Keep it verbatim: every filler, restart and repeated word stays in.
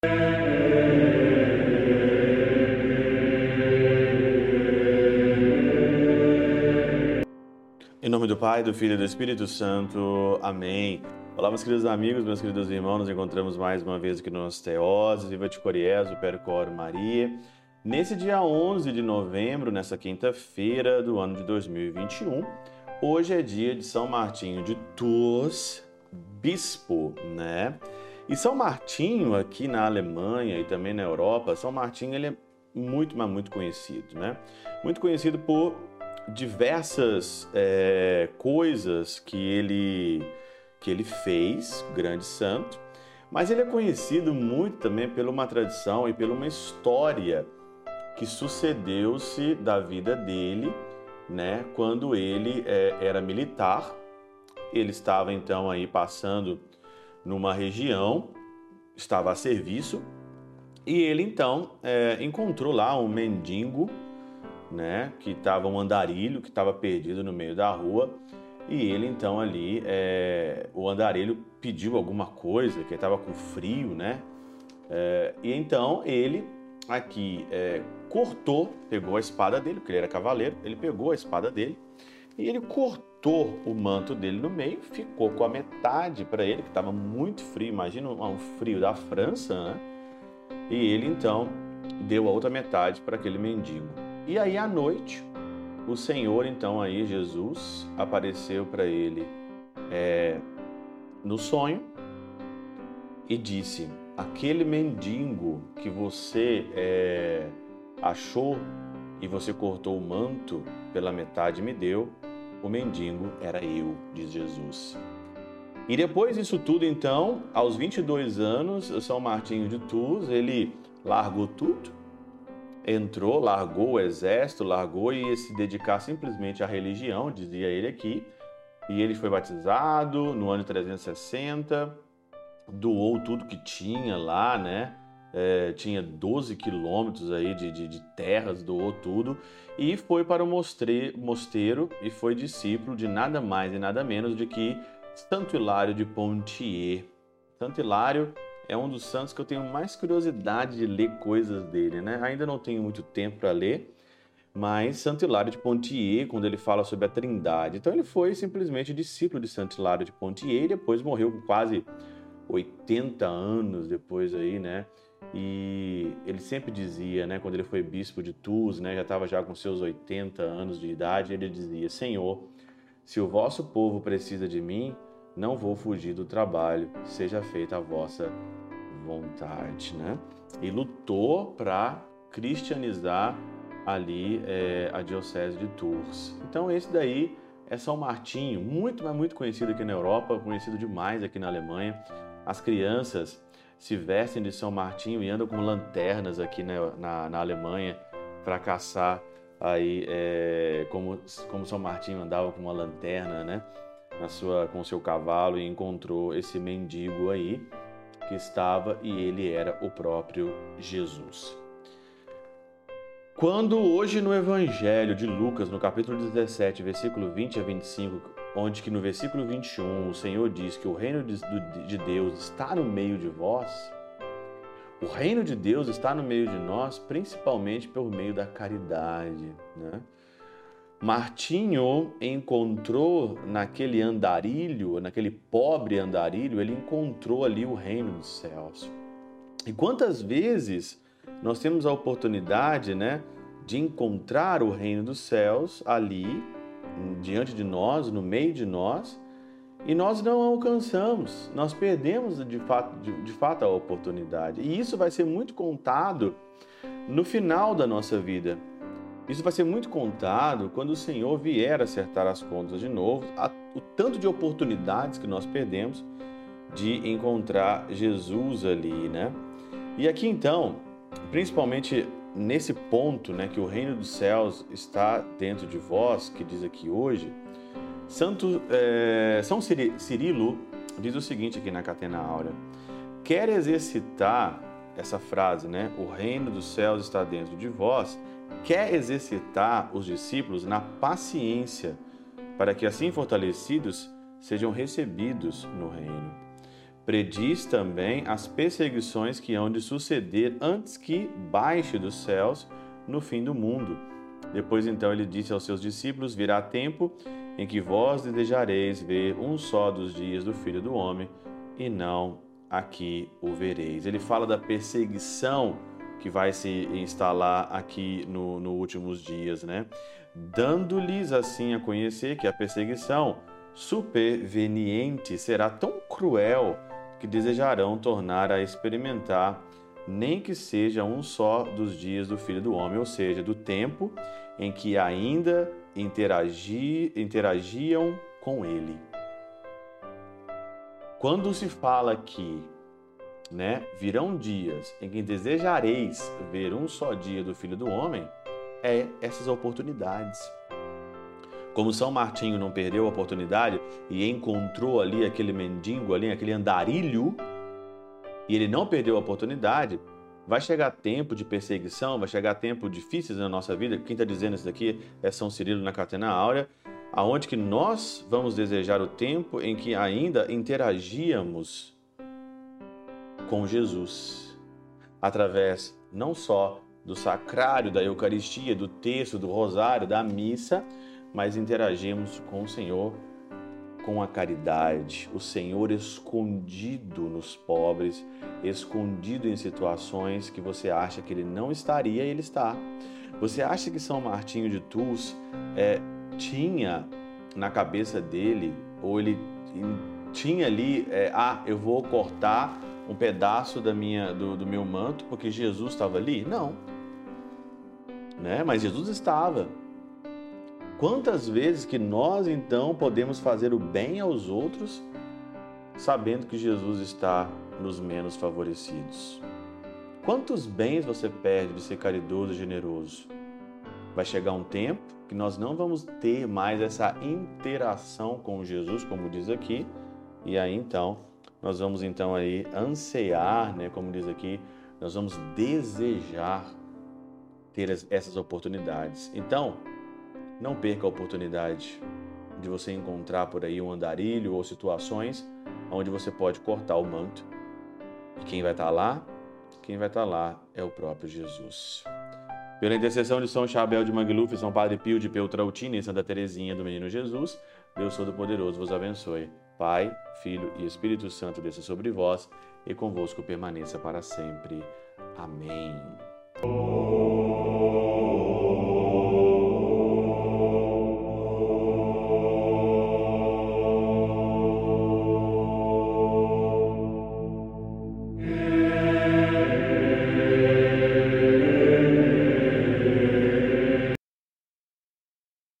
Em nome do Pai, do Filho e do Espírito Santo. Amém. Olá, meus queridos amigos, meus queridos irmãos, nos encontramos mais uma vez aqui no nosso Teoses, Viva de Coriés, o Percor Maria. Nesse dia onze de novembro, nessa quinta-feira do ano de dois mil e vinte e um, hoje é dia de São Martinho de Tours, bispo, né? E São Martinho, aqui na Alemanha e também na Europa, São Martinho ele é muito, mas muito conhecido, né? Muito conhecido por diversas é, coisas que ele, que ele fez, grande santo, mas ele é conhecido muito também por uma tradição e por uma história que sucedeu-se da vida dele, né? Quando ele é, era militar, ele estava então aí passando numa região, estava a serviço, e ele então é, encontrou lá um mendigo, né, que estava um andarilho, que estava perdido no meio da rua, e ele então ali, é, o andarilho pediu alguma coisa, que ele estava com frio, né, é, e então ele aqui é, cortou, pegou a espada dele, porque ele era cavaleiro, ele pegou a espada dele, e ele cortou o manto dele no meio, ficou com a metade para ele, que estava muito frio, imagina um frio da França, né, e ele então deu a outra metade para aquele mendigo. E aí à noite, o Senhor, então aí Jesus, apareceu para ele é, no sonho e disse: aquele mendigo que você é, achou e você cortou o manto pela metade e me deu, o mendigo era eu, diz Jesus. E depois disso tudo, então, aos vinte e dois anos, São Martinho de Tours, ele largou tudo, entrou, largou o exército, largou e ia se dedicar simplesmente à religião, dizia ele aqui, e ele foi batizado no ano trezentos e sessenta, doou tudo que tinha lá, né? É, tinha doze quilômetros aí de, de, de terras, doou tudo, e foi para o mostre, mosteiro e foi discípulo de nada mais e nada menos do que Santo Hilário de Poitiers. Santo Hilário é um dos santos que eu tenho mais curiosidade de ler coisas dele, né? Ainda não tenho muito tempo para ler, mas Santo Hilário de Poitiers, quando ele fala sobre a Trindade. Então ele foi simplesmente discípulo de Santo Hilário de Poitiers e depois morreu com quase oitenta anos depois aí, né? E ele sempre dizia, né, quando ele foi bispo de Tours, né, já estava já com seus oitenta anos de idade, ele dizia: Senhor, se o vosso povo precisa de mim, não vou fugir do trabalho, seja feita a vossa vontade, né? E lutou para cristianizar ali é, a diocese de Tours. Então esse daí é São Martinho, muito, mas muito conhecido aqui na Europa, conhecido demais aqui na Alemanha. As crianças se vestem de São Martinho e andam com lanternas aqui na, na, na Alemanha para caçar aí, é, como, como São Martinho andava com uma lanterna, né? Na sua, com o seu cavalo, e encontrou esse mendigo aí que estava, e ele era o próprio Jesus. Quando hoje no Evangelho de Lucas, no capítulo dezessete, versículo vinte a vinte e cinco, onde que no versículo vinte e um o Senhor diz que o reino de, de Deus está no meio de vós, o reino de Deus está no meio de nós, principalmente por meio da caridade, né? Martinho encontrou naquele andarilho, naquele pobre andarilho, ele encontrou ali o reino dos céus. E quantas vezes nós temos a oportunidade, né, de encontrar o reino dos céus ali, diante de nós, no meio de nós, e nós não alcançamos, nós perdemos de fato, de, de fato a oportunidade. E isso vai ser muito contado no final da nossa vida. Isso vai ser muito contado quando o Senhor vier acertar as contas de novo, o tanto de oportunidades que nós perdemos de encontrar Jesus ali, né? E aqui então, principalmente nesse ponto, né, que o reino dos céus está dentro de vós, que diz aqui hoje, Santo, é, São Cirilo diz o seguinte aqui na Catena Áurea: quer exercitar essa frase, né, o reino dos céus está dentro de vós, quer exercitar os discípulos na paciência, para que assim fortalecidos sejam recebidos no reino. prediz também as perseguições que hão de suceder antes que baixe dos céus no fim do mundo. Depois então ele disse aos seus discípulos: virá tempo em que vós desejareis ver um só dos dias do Filho do Homem, e não aqui o vereis. Ele fala da perseguição que vai se instalar aqui no, no últimos dias, né? Dando-lhes assim a conhecer que a perseguição superveniente será tão cruel que desejarão tornar a experimentar, nem que seja um só dos dias do Filho do Homem, ou seja, do tempo em que ainda interagi, interagiam com ele. Quando se fala que, né, virão dias em que desejareis ver um só dia do Filho do Homem, é essas oportunidades. Como São Martinho não perdeu a oportunidade e encontrou ali aquele mendigo, ali, aquele andarilho, e ele não perdeu a oportunidade, vai chegar tempo de perseguição, vai chegar tempo difíceis na nossa vida. Quem está dizendo isso daqui é São Cirilo na Catena Áurea, aonde que nós vamos desejar o tempo em que ainda interagíamos com Jesus, através não só do sacrário, da Eucaristia, do texto, do rosário, da missa, mas interagimos com o Senhor com a caridade, o Senhor escondido nos pobres, escondido em situações que você acha que ele não estaria e ele está. Você acha que São Martinho de Tours é, tinha na cabeça dele, ou ele tinha ali, é, ah, eu vou cortar um pedaço da minha, do, do meu manto porque Jesus estava ali? Não. Né? Mas Jesus estava. Quantas vezes que nós, então, podemos fazer o bem aos outros, sabendo que Jesus está nos menos favorecidos? Quantos bens você perde de ser caridoso e generoso? Vai chegar um tempo que nós não vamos ter mais essa interação com Jesus, como diz aqui, e aí, então, nós vamos, então, aí ansiar, né, como diz aqui, nós vamos desejar ter essas oportunidades. Então, não perca a oportunidade de você encontrar por aí um andarilho ou situações onde você pode cortar o manto. E quem vai estar lá? Quem vai estar lá é o próprio Jesus. Pela intercessão de São Chabel de Mangluf, São Padre Pio de Peltrautina e Santa Teresinha do Menino Jesus, Deus Todo-Poderoso vos abençoe. Pai, Filho e Espírito Santo desça sobre vós e convosco permaneça para sempre. Amém.